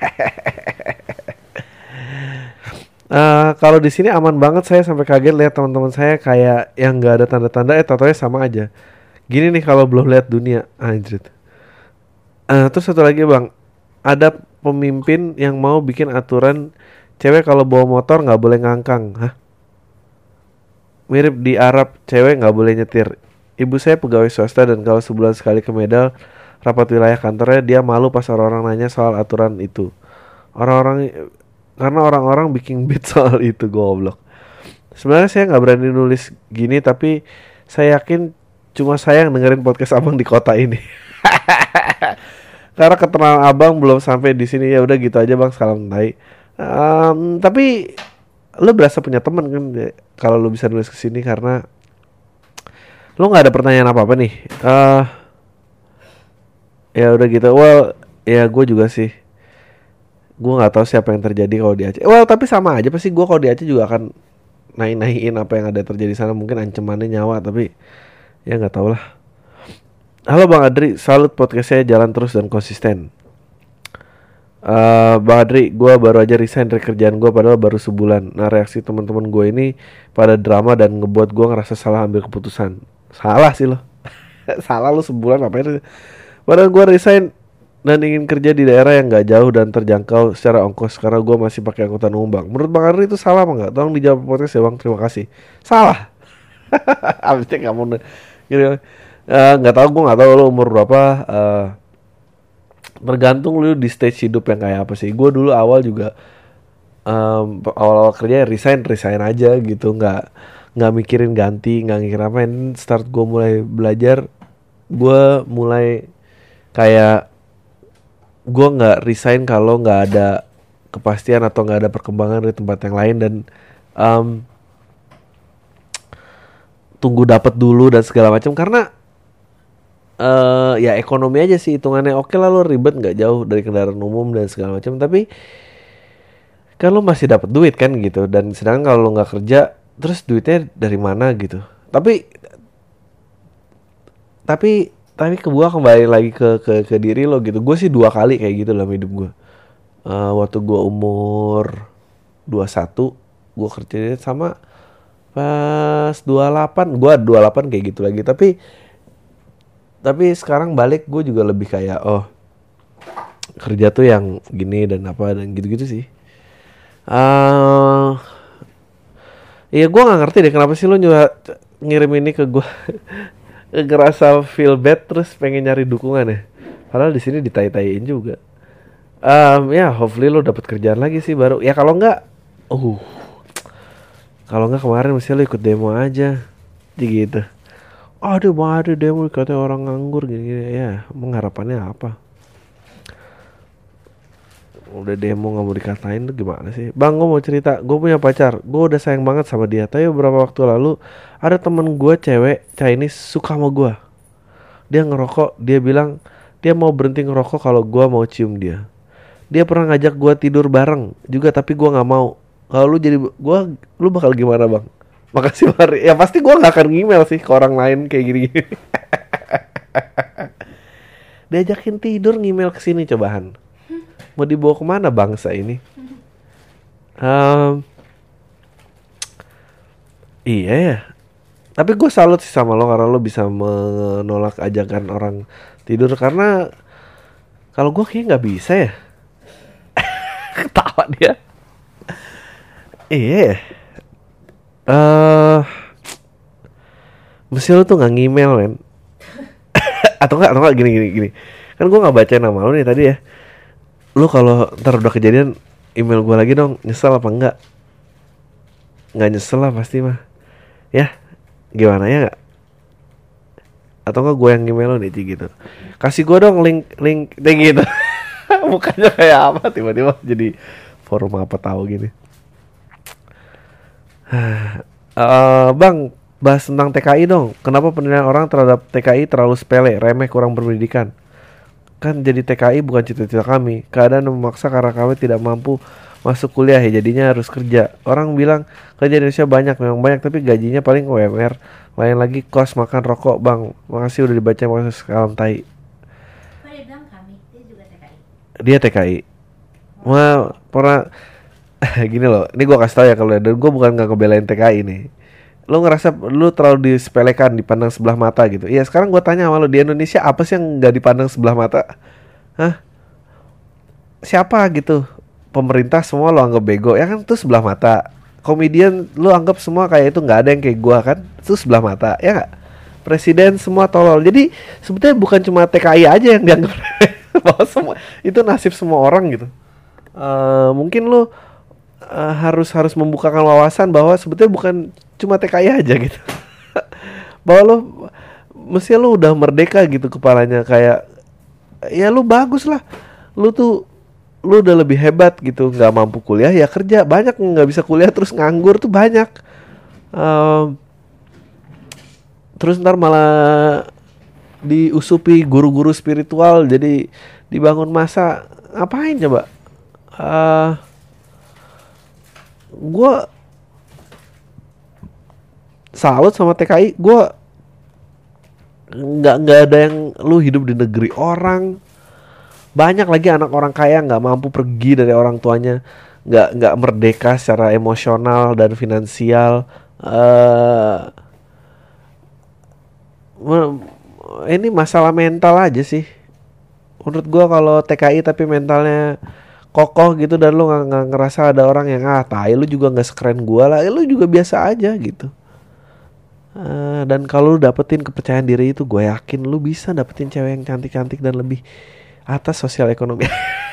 Kalau di sini aman banget, saya sampai kaget lihat teman-teman saya kayak yang nggak ada tanda-tanda, tatonya sama aja. Gini nih kalau belum lihat dunia, anjir. Terus satu lagi bang, ada pemimpin yang mau bikin aturan cewek kalau bawa motor nggak boleh ngangkang. Hah? mirip di Arab, cewek nggak boleh nyetir. Ibu saya pegawai swasta dan kalau sebulan sekali ke Medan rapat wilayah kantornya, dia malu pas orang-orang nanya soal aturan itu. Orang-orang karena orang-orang bikin beat soal itu, goblok. Sebenarnya saya nggak berani nulis gini, tapi saya yakin cuma saya yang dengerin podcast abang di kota ini. Karena keterangan abang belum sampai di sini, ya udah gitu aja bang, salam tai. Tapi lo berasa punya teman kan kalau lo bisa nulis ke sini, karena lo nggak ada pertanyaan apa apa nih. Ya udah gitu. Well, ya gue juga sih. Gue nggak tahu siapa yang terjadi kalau di Aceh. Well, tapi sama aja pasti gue kalau di Aceh juga akan naik-naikin apa yang ada terjadi sana. Mungkin ancamannya nyawa, tapi ya nggak tahu lah. Halo Bang Adri, salut podcast saya jalan terus dan konsisten. Bang Adri, gue baru aja resign dari kerjaan gue padahal baru sebulan. Nah reaksi teman-teman gue ini pada drama dan ngebuat gue ngerasa salah ambil keputusan. Salah sih lo. Salah lo sebulan ngapain? Padahal gue resign dan ingin kerja di daerah yang gak jauh dan terjangkau secara ongkos karena gue masih pakai angkutan umum bang. Menurut Bang Adri itu salah apa enggak? Tolong dijawab podcast ya bang, terima kasih. Salah. Abisnya kamu gitu. Nggak tahu, gue nggak tahu lo umur berapa. Tergantung lu di stage hidup yang kayak apa sih. Gue dulu awal juga awal-awal kerja resign aja gitu, nggak mikirin ganti, nggak mikirin apa. Start gue mulai belajar, gue mulai kayak gue nggak resign kalau nggak ada kepastian atau nggak ada perkembangan di tempat yang lain, dan tunggu dapat dulu dan segala macam. Karena ya ekonomi aja sih hitungannya. Oke lah lo ribet nggak jauh dari kendaraan umum dan segala macam, tapi kan lo masih dapat duit kan gitu. Dan sedangkan kalau lo nggak kerja, terus duitnya dari mana gitu. Tapi ke gua kembali lagi ke diri lo gitu. Gue sih 2 kali kayak gitu dalam hidup gue. Waktu gue umur 21 gue kerja, sama pas 28 gue 28 kayak gitu lagi. Tapi sekarang balik gue juga lebih kayak kerja tuh yang gini dan apa dan gitu-gitu sih. Iya gue nggak ngerti deh kenapa sih lo ngirim ini ke gue. Ngerasa feel bad terus pengen nyari dukungan ya. Padahal di sini ditai-taiin juga. Ya hopefully lo dapet kerjaan lagi sih baru. Ya kalau nggak kemarin mesti lo ikut demo aja. Jadi gitu. Aduh ada demo katanya orang nganggur gini-gini. Ya mengharapannya apa? Udah demo gak mau dikatain tuh gimana sih. Bang gue mau cerita, gue punya pacar, gue udah sayang banget sama dia. Tapi beberapa waktu lalu ada temen gue cewek Chinese suka sama gue. Dia ngerokok, dia bilang dia mau berhenti ngerokok kalau gue mau cium dia. Dia pernah ngajak gue tidur bareng juga, tapi gue gak mau. Kalau lu jadi gue, lu bakal gimana bang? Makasih Mari. Ya pasti gue gak akan email sih ke orang lain kayak gini-gini. Diajakin tidur ngemail kesini cobaan. Mau dibawa kemana bangsa ini? Iya ya. Tapi gue salut sih sama lo karena lo bisa menolak ajakan orang tidur. Karena kalau gue kayaknya nggak bisa ya. Ketawa dia. Iya. Mesti lo tuh nggak ngemail men. atau nggak gini. Kan gue nggak baca nama lo nih tadi ya. Lu kalau ntar udah kejadian email gue lagi dong, nyesel apa enggak? Nggak nyesel lah pasti mah. Ya, gimana ya nggak? Atau enggak gue yang email lo nih gitu. Kasih gue dong link gitu. Mukanya kayak apa tiba-tiba jadi forum apa tahu gini. Bang, bahas tentang TKI dong. Kenapa penilaian orang terhadap TKI terlalu sepele, remeh, kurang berpendidikan? Kan jadi TKI bukan cita-cita kami. Keadaan memaksa karena kami tidak mampu masuk kuliah ya, jadinya harus kerja. Orang bilang kerja di Indonesia banyak, memang banyak, tapi gajinya paling UMR. Lain lagi kos, makan, rokok. Bang, makasih udah dibaca, makasih salam tai. Dia bilang kami, dia juga TKI. Dia TKI. Wah, pernah gini loh. Ini gue kasih tau ya, kalau dan gue bukan nggak ngebelain TKI nih. Lo ngerasa lo terlalu disepelekan, dipandang sebelah mata gitu. Iya sekarang gue tanya sama lo, di Indonesia apa sih yang gak dipandang sebelah mata? Hah? Siapa gitu? Pemerintah semua lo anggap bego, ya kan itu sebelah mata. komedian lu anggap semua kayak itu, nggak ada yang kayak gua kan, itu sebelah mata ya nggak. Presiden semua tolol. Jadi sebetulnya bukan cuma TKI aja yang dianggap bahwa semua itu nasib semua orang gitu. Mungkin lu harus membukakan wawasan bahwa sebetulnya bukan cuma TKI aja gitu. Bahwa lu mesti lu udah merdeka gitu kepalanya, kayak ya lu bagus lah, lu udah lebih hebat gitu. Nggak mampu kuliah ya kerja. Banyak yang nggak bisa kuliah terus nganggur tuh banyak. Terus ntar malah diusupi guru-guru spiritual, jadi dibangun masa. Ngapain coba? Gue salut sama TKI. Gue nggak ada yang, lu hidup di negeri orang. Banyak lagi anak orang kaya nggak mampu pergi dari orang tuanya, nggak merdeka secara emosional dan finansial. Ini masalah mental aja sih menurut gue. Kalau TKI tapi mentalnya kokoh gitu, dan lu nggak ngerasa ada orang yang tai lu juga nggak sekeren gue lah, lu juga biasa aja gitu. Dan kalau lu dapetin kepercayaan diri itu, gue yakin lu bisa dapetin cewek yang cantik-cantik dan lebih atas sosial ekonomi.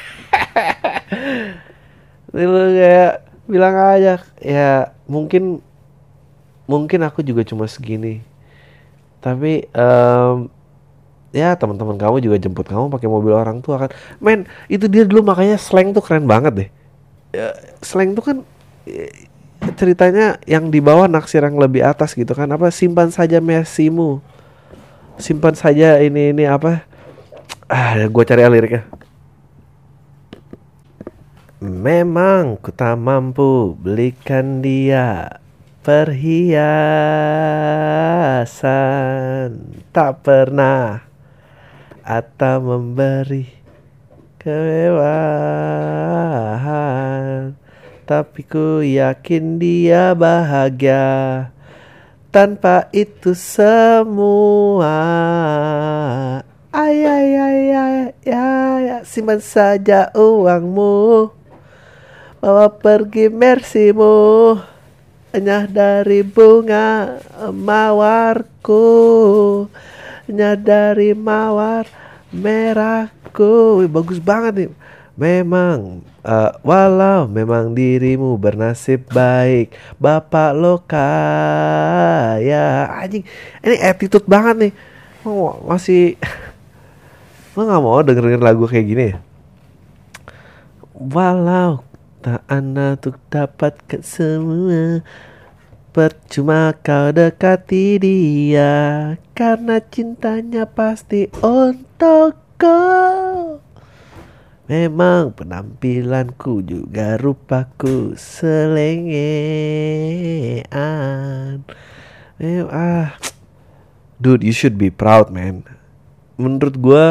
Lu kayak bilang aja, ya mungkin aku juga cuma segini, tapi ya teman-teman kamu juga jemput kamu pakai mobil orang tua kan. Men, itu dia dulu, makanya slang tuh keren banget deh. Slang tuh kan ceritanya yang di bawah naksir yang lebih atas gitu kan. Apa, simpan saja mesimu, simpan saja ini apa. Gue cari liriknya. Memang ku tak mampu belikan dia perhiasan, tak pernah atau memberi kemewahan, tapi ku yakin dia bahagia tanpa itu semua. Ay, simpan saja uangmu, bawa pergi mersimu, hanya dari bunga mawarku, hanya dari mawar merahku. Bagus banget nih. Memang walau memang dirimu bernasib baik, bapak lo kaya. Anjing, ini attitude banget nih. Masih lo gak mau dengerin lagu kayak gini ya? Walau tak ada untuk dapatkan semua, percuma kau dekati dia, karena cintanya pasti untukku. Memang penampilanku juga rupaku selengean. Dude, you should be proud, man. Menurut gue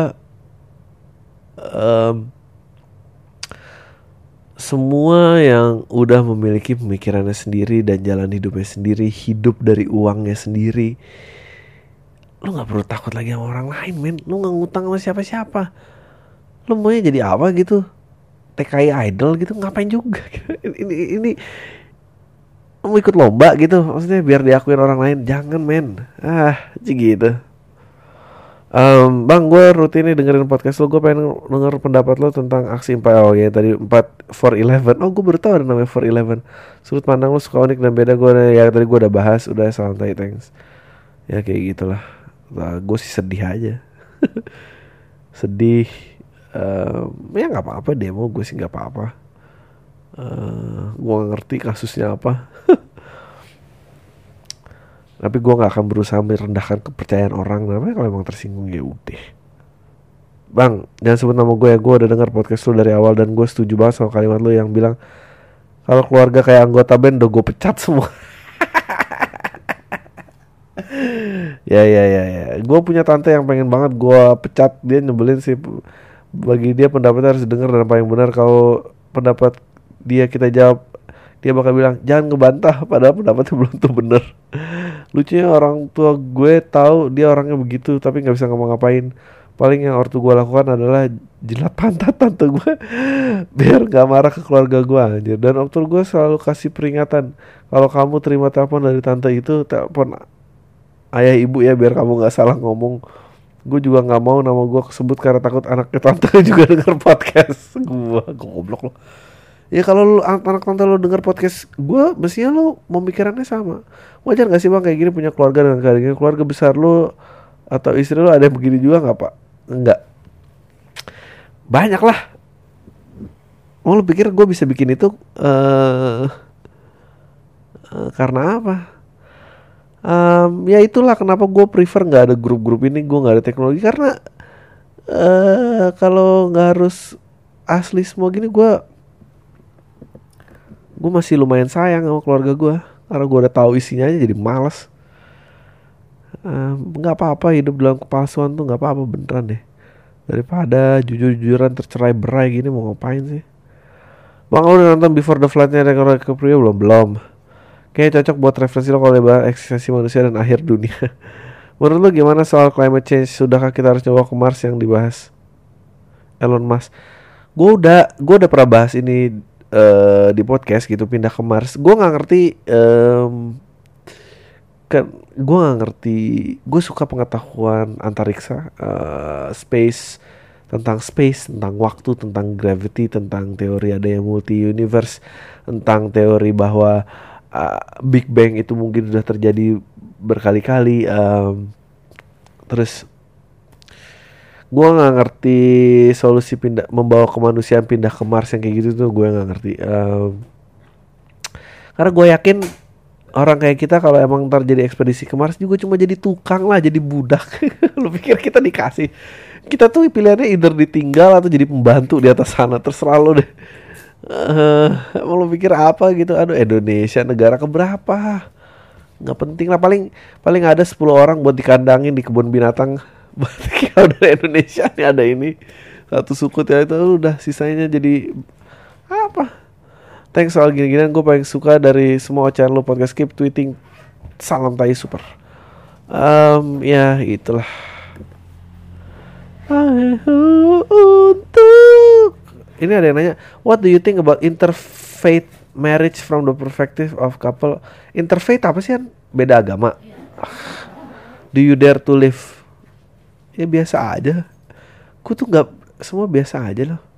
semua yang udah memiliki pemikirannya sendiri dan jalan hidupnya sendiri, hidup dari uangnya sendiri, lu gak perlu takut lagi sama orang lain, men. Lu gak ngutang sama siapa-siapa. Lu maunya jadi apa gitu? TKI idol gitu, ngapain juga? Ini mau ikut lomba gitu, maksudnya biar diakuin orang lain. Jangan, men. Gitu. Bang, gue rutin nih dengerin podcast lo. Gue pengen denger pendapat lo tentang aksi 4. Oh ya, tadi 4/11. Oh, gue baru tahu ada namanya 4/11. Sudut pandang lo suka unik dan beda. Ya tadi gue udah bahas. Udah, santai, thanks. Ya kayak gitulah. Gue sih sedih aja. Sedih. Ya gak apa-apa demo. Gue sih gak apa-apa. Gue gak ngerti kasusnya apa. Tapi gue gak akan berusaha merendahkan kepercayaan orang. Namanya kalau emang tersinggung ya udah. Bang, jangan sebut nama gue ya. Gue udah denger podcast lu dari awal, dan gue setuju banget sama kalimat lu yang bilang kalau keluarga kayak anggota band udah gue pecat semua. Ya. Gue punya tante yang pengen banget gue pecat. Dia nyebelin sih. Bagi dia pendapatnya harus didengar, dan paling benar kalau pendapat dia kita jawab, dia bakal bilang jangan ngebantah, padahal pendapatnya belum tentu bener. Lucunya orang tua gue tahu dia orangnya begitu, tapi nggak bisa ngomong ngapain. Paling yang ortu gue lakukan adalah jilat pantat tante gue biar gak marah ke keluarga gue anjir. Dan ortu gue selalu kasih peringatan, kalau kamu terima telepon dari tante itu, telepon ayah ibu ya biar kamu gak salah ngomong. Gue juga gak mau nama gue kesebut karena takut anaknya tante juga denger podcast gue. Goblok lo. Ya kalau lu anak tante lo denger podcast gue, mestinya lo pemikirannya sama. Wajar gak sih bang kayak gini punya keluarga dengan kayak gini? Keluarga besar lo atau istri lo ada yang begini juga gak pak? Enggak. Banyak lah. Oh lu pikir gue bisa bikin itu karena apa? Ya itulah kenapa gue prefer nggak ada grup-grup ini, gue nggak ada teknologi karena kalau nggak harus asli semua gini, gue masih lumayan sayang sama keluarga gue karena gue udah tahu isinya aja jadi malas. Nggak apa-apa hidup dalam kepalsuan tuh, nggak apa-apa beneran deh, daripada jujur-jujuran tercerai berai gini. Mau ngapain sih bang? Lo udah nonton Before the Flood-nya Leonardo DiCaprio belum? Kayaknya cocok buat referensi lo kalau bahas eksistensi manusia dan akhir dunia. Menurut lo gimana soal climate change? Sudahkah kita harus coba ke Mars yang dibahas Elon Musk? Gue udah pernah bahas ini di podcast gitu, pindah ke Mars. Gue nggak ngerti. Gue nggak ngerti. Gue suka pengetahuan antariksa, space, tentang waktu, tentang gravity, tentang teori ada yang multi universe, tentang teori bahwa Big Bang itu mungkin sudah terjadi berkali-kali. Terus gue nggak ngerti solusi membawa kemanusiaan pindah ke Mars yang kayak gitu tuh, gue nggak ngerti. Karena gue yakin orang kayak kita kalau emang ntar jadi ekspedisi ke Mars juga cuma jadi tukang lah, jadi budak. Lu pikir kita dikasih? Kita tuh pilihannya either ditinggal atau jadi pembantu di atas sana, terserah lo deh. Emang lu pikir apa gitu? Aduh, Indonesia negara keberapa? Nggak penting lah, paling ada 10 orang buat dikandangin di kebun binatang. Berarti kalau dari Indonesia nih ada ini satu suku ya, itu udah sisanya jadi apa? Thanks soal gini-ginian, gue paling suka dari semua ocehan lo podcast. Keep tweeting, salam tai super. Ya itulah. Untuk ini ada yang nanya, what do you think about interfaith marriage from the perspective of couple? Interfaith apa sih kan? Beda agama. Do you dare to live? Ya biasa aja. Gue tuh nggak, semua biasa aja loh.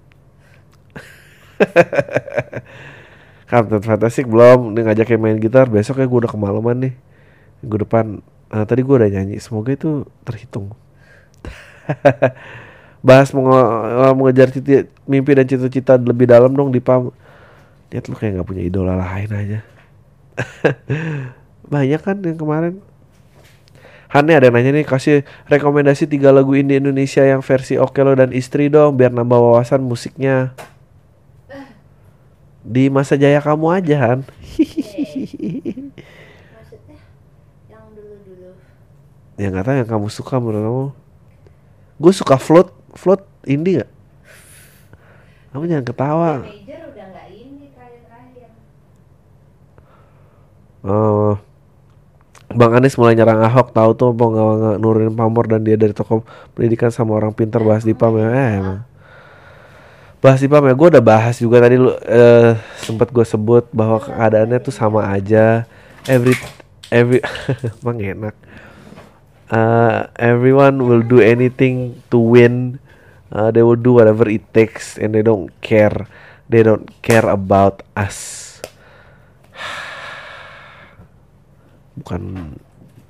Captain Fantastic belum, dia ngajakin main gitar. Besoknya gue udah kemalaman nih. Minggu depan tadi gue udah nyanyi. Semoga itu terhitung. Bahas mengejar mimpi dan cita-cita lebih dalam dong di PAM. Lihat lu kayak gak punya idola lain aja. Banyak kan yang kemarin. Hane ada yang nanya nih, kasih rekomendasi 3 lagu indie Indonesia yang versi Oke Lo dan Istri dong, biar nambah wawasan musiknya. Di masa jaya kamu aja, Han. Maksudnya yang dulu-dulu. Ya gak tahu yang kamu suka menurut kamu. Gue suka float indie gak? Kamu jangan ketawa. Major udah nggak indie terakhir. Bang Anies mulai nyerang Ahok, tahu tuh nggak nurunin pamor dan dia dari tokoh pendidikan sama orang pintar. Bahas di PAM ya, emang bahas di PAM ya. Gue udah bahas juga tadi, sempat gue sebut bahwa keadaannya tuh sama aja. Every emang enak. Everyone will do anything to win. They will do whatever it takes and they don't care. They don't care about us. Bukan.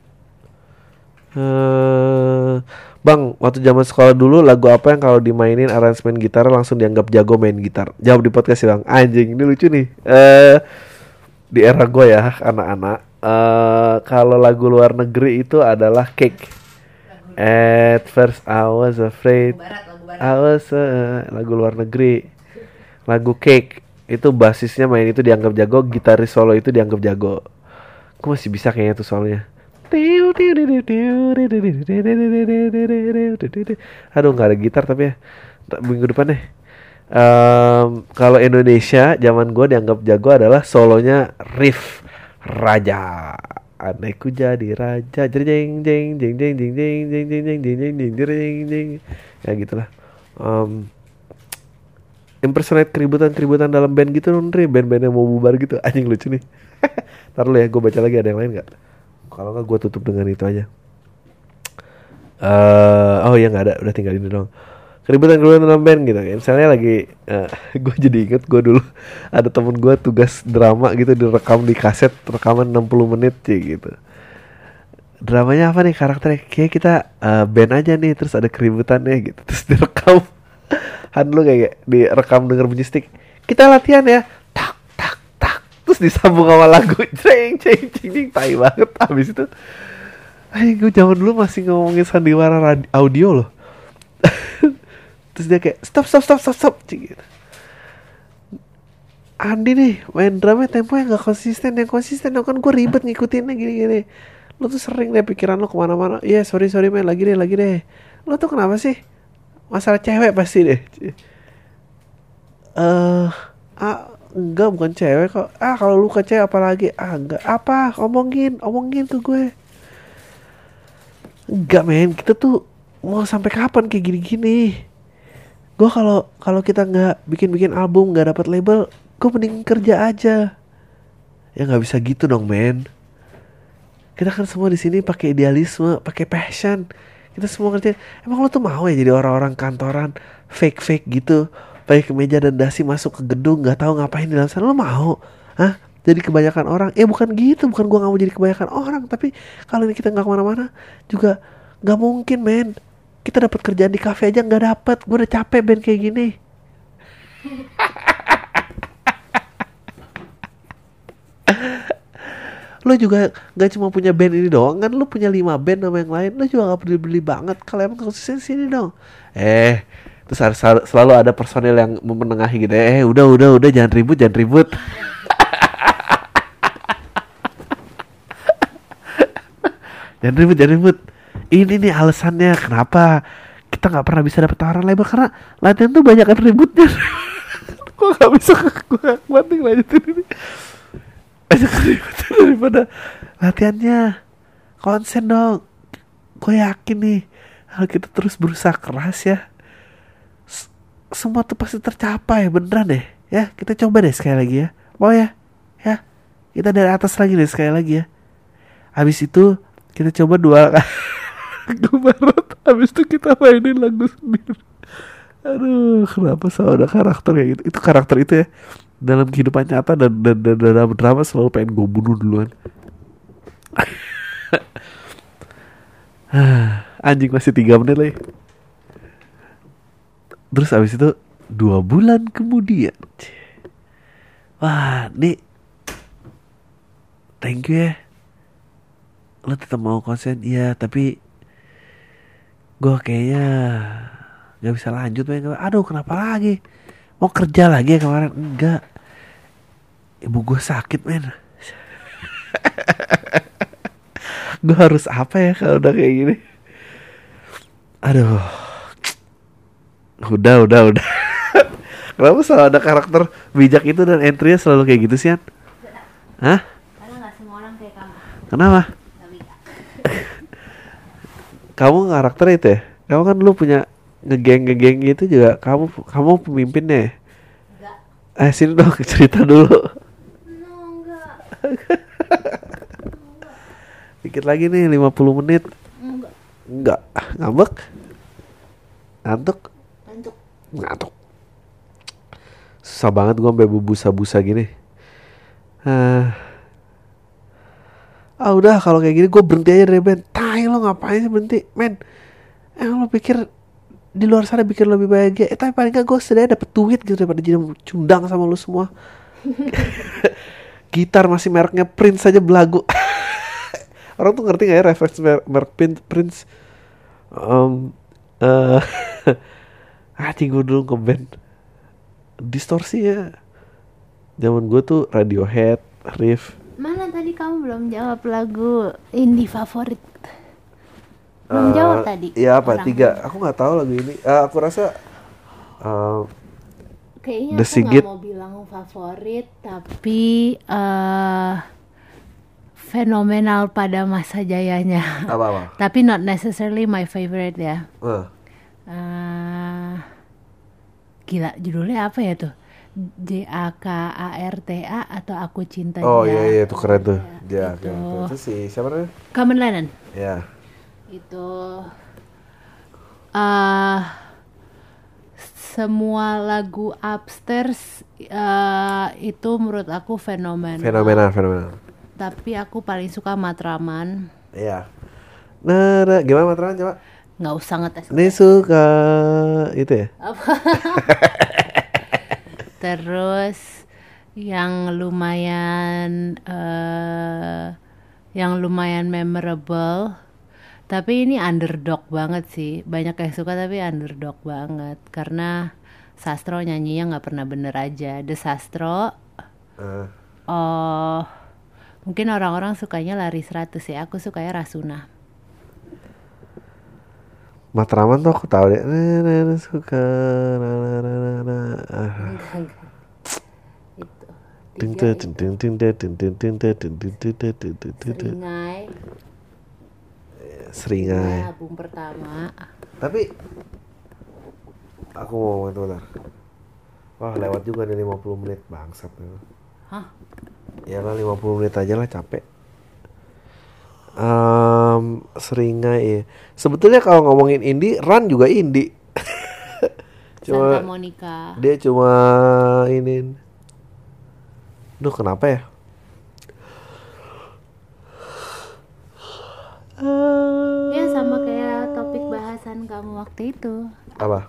Bang, waktu zaman sekolah dulu lagu apa yang kalau dimainin aransemen gitar langsung dianggap jago main gitar? Jawab di podcast ya bang. Anjing, ini lucu nih. Di era gue ya anak-anak, kalau lagu luar negeri itu adalah Cake. At first I was afraid. Lagu barat. I was lagu luar negeri. Lagu Cake itu basisnya main itu dianggap jago, gitaris solo itu dianggap jago. Gue masih bisa kayaknya tuh soalnya. Aduh nggak ada gitar tapi ya minggu depan deh. Kalau Indonesia zaman gue dianggap jago adalah solonya Riff Raja. anehku jadi raja, jeng jeng jeng jeng jeng jeng jeng jeng jeng jeng jeng jeng jeng jeng, ya gitulah. Em, Impersonate keributan dalam band gitu Nri, band-band yang mau bubar gitu, anjing lucu nih. Ntar lu ya, gue baca lagi ada yang lain nggak? Kalau nggak gue tutup dengan itu aja. Oh ya nggak ada, udah tinggal ini dong. Keributan dalam band gitu. Misalnya lagi, gue jadi inget gue dulu ada temen gue tugas drama gitu direkam di kaset rekaman 60 menit sih gitu. Dramanya apa nih karakternya? Kayak kita band aja nih, terus ada keributannya gitu, terus direkam. Han lu kayak direkam denger bunyi stick. Kita latihan ya. Tak tak tak. Terus disambung sama lagu. Ceng ceng ceng ceng. Tai banget. Habis itu gue zaman dulu masih ngomongin sandiwara audio loh. Terus dia kayak stop gitu. Andi nih main drama tempo yang gak konsisten. Yang konsisten kan gue ribet ngikutinnya gini-gini. Lo tuh sering deh pikiran lo kemana-mana. Iya sorry main lagi deh. Lo tuh kenapa sih? Masalah cewek pasti deh. Enggak bukan cewek kok. Kalau lu ke cewek apalagi? Enggak. Apa? Omongin ke gue. Enggak men, kita tuh mau sampai kapan kayak gini-gini? Gue kalau kita nggak bikin album, nggak dapat label, gue mending kerja aja. Ya nggak bisa gitu dong men. Kita kan semua di sini pakai idealisme, pakai passion. Kita semua kerja. Emang lo tuh mau ya jadi orang-orang kantoran fake gitu, pakai kemeja dan dasi masuk ke gedung, nggak tahu ngapain di dalam sana? Lo mau? Hah? Jadi kebanyakan orang? Bukan gitu, bukan gua nggak mau jadi kebanyakan orang, tapi kalau ini kita nggak kemana-mana juga nggak mungkin men. Kita dapat kerjaan di kafe aja nggak dapat. Gue udah capek band kayak gini. Lo juga gak cuma punya band ini doang kan, lo punya 5 band sama yang lain. Lo juga gak peduli banget. Kalau emang konsisten sini dong. Terus selalu ada personil yang memenengahi gitu. Udah jangan ribut. Jangan ribut. Ini nih alasannya kenapa kita gak pernah bisa dapet tawaran label, karena latihan tuh banyak kan ributnya. Gue gak bisa, gue gak kuat nih lanjutin ini. Banyak ributnya daripada latihannya. Konsen dong. Gue yakin nih kalau kita terus berusaha keras ya, semua tuh pasti tercapai beneran deh. Ya kita coba deh sekali lagi ya. Mau ya? Ya kita dari atas lagi deh sekali lagi ya. Habis itu kita coba 2 lagu barat. Habis itu kita mainin lagu sendiri. Aduh, kenapa selalu ada karakter kayak gitu? Itu karakter itu ya dalam kehidupan nyata dan dalam drama selalu pengen gue bunuh duluan. Anjing masih 3 menit lagi. Terus abis itu 2 bulan kemudian, wah nih, thank you ya, lo tetap mau konsen, iya tapi gue kayaknya gak bisa lanjut men. Aduh kenapa lagi? Mau kerja lagi ya kemarin? Enggak, ibu gue sakit men. Gue harus apa ya kalau udah kayak gini? Aduh, udah. Kenapa selalu ada karakter bijak itu dan entry-nya selalu kayak gitu sih An? Hah? Karena nggak semua orang kayak kamu. Kenapa? Nggak bisa. Kamu karakter itu ya? Kamu kan dulu punya ngegeng gitu juga. Kamu pemimpinnya ya? Enggak. Sini dong cerita dulu. No, enggak. Dikit lagi nih 50 menit. Enggak. Ngambek? Ngantuk? Ngantuk. Susah banget gue sampai busa-busa gini. Udah kalau kayak gini gue berhenti aja dari band. Tai lo ngapain sih berhenti men? Lo pikir di luar sana bikin lebih bahagia? Tapi paling gak gue setidaknya dapet duit gitu daripada jadi cundang sama lo semua. Gitar masih mereknya Prince aja belagu. Orang tuh ngerti gak ya referensi merek Prince? Gue dulu ngeband distorsi ya. Zaman gue tuh Radiohead, Riff. Mana tadi kamu belum jawab lagu indie favorit? Belum jawab tadi. Iya apa? Orang 3. Aku nggak tahu lagu ini. Aku rasa kayaknya The aku Sigit. nggak mau bilang favorit, tapi fenomenal pada masa jayanya. Apa? Tapi not necessarily my favorite ya. Eh, Gila, judulnya apa ya tuh? JAKARTA atau Aku Cinta Oh Dia. iya itu keren tuh. Ya, itu. itu si siapa namanya? Common Lennon. Ya. Itu semua lagu Upstairs itu menurut aku fenomenal. Fenomenal. Tapi aku paling suka Matraman. Iya. Nah, gimana Matraman coba? Nggak usah ngetes. Ini suka itu ya? Terus yang lumayan memorable. Tapi ini underdog banget sih. Banyak yang suka tapi underdog banget. Karena Sastro nyanyinya nggak pernah bener aja. The Sastro. Mungkin orang-orang sukanya Lari 100 ya. Aku sukanya Rasuna. Matraman tuh aku tahu deh. Suka. Seringai. Album pertama. Tapi aku mau ngomong bentar. Wah lewat juga nih 50 menit bangsat. Hah? Ya lah 50 menit aja lah capek. Seringai ya. Sebetulnya kalau ngomongin indie, Run juga indie. Santa Monica. Dia cuma ini. Duh kenapa ya? Ya sama kayak topik bahasan kamu waktu itu. Apa?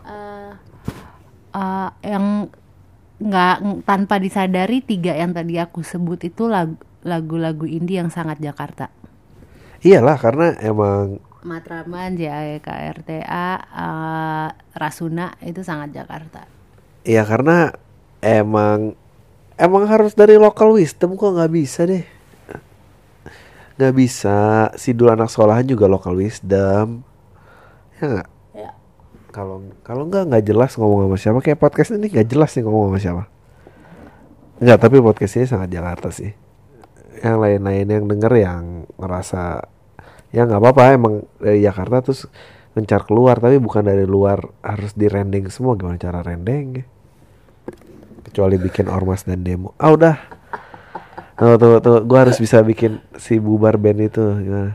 Yang nggak tanpa disadari 3 yang tadi aku sebut itu lagu-lagu indie yang sangat Jakarta. Iyalah karena emang Matraman, JAKRTA, Rasuna itu sangat Jakarta. Iya karena emang harus dari local wisdom kok nggak bisa deh. Nggak bisa. Sidul anak sekolahan juga local wisdom. Ya nggak? Ya. Kalau nggak jelas ngomong sama siapa. Kayak podcast ini nggak jelas nih ngomong sama siapa. Nggak, tapi podcast ini sangat Jakarta sih. Yang lain-lain yang denger yang ngerasa ya nggak apa-apa emang dari Jakarta terus ngencar keluar, tapi bukan dari luar harus direndeng semua. Gimana cara rendeng? Kecuali bikin ormas dan demo. Udah. Tuh, gue harus bisa bikin si bubar band itu gimana?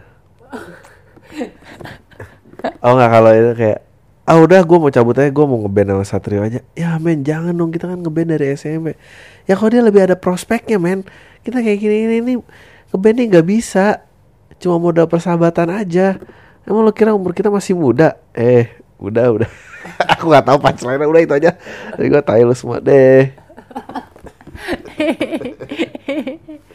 Nggak, kalau itu kayak udah gue mau cabut aja, gue mau ngeband sama Satrio aja. Ya men jangan dong, kita kan ngeband dari SMP. Ya kalau dia lebih ada prospeknya men, kita kayak gini ini ngeband nih nggak bisa, cuma modal persahabatan aja. Emang lo kira umur kita masih muda? Udah. Aku nggak tahu punchline, udah itu aja. Jadi gue tahu lu semua deh.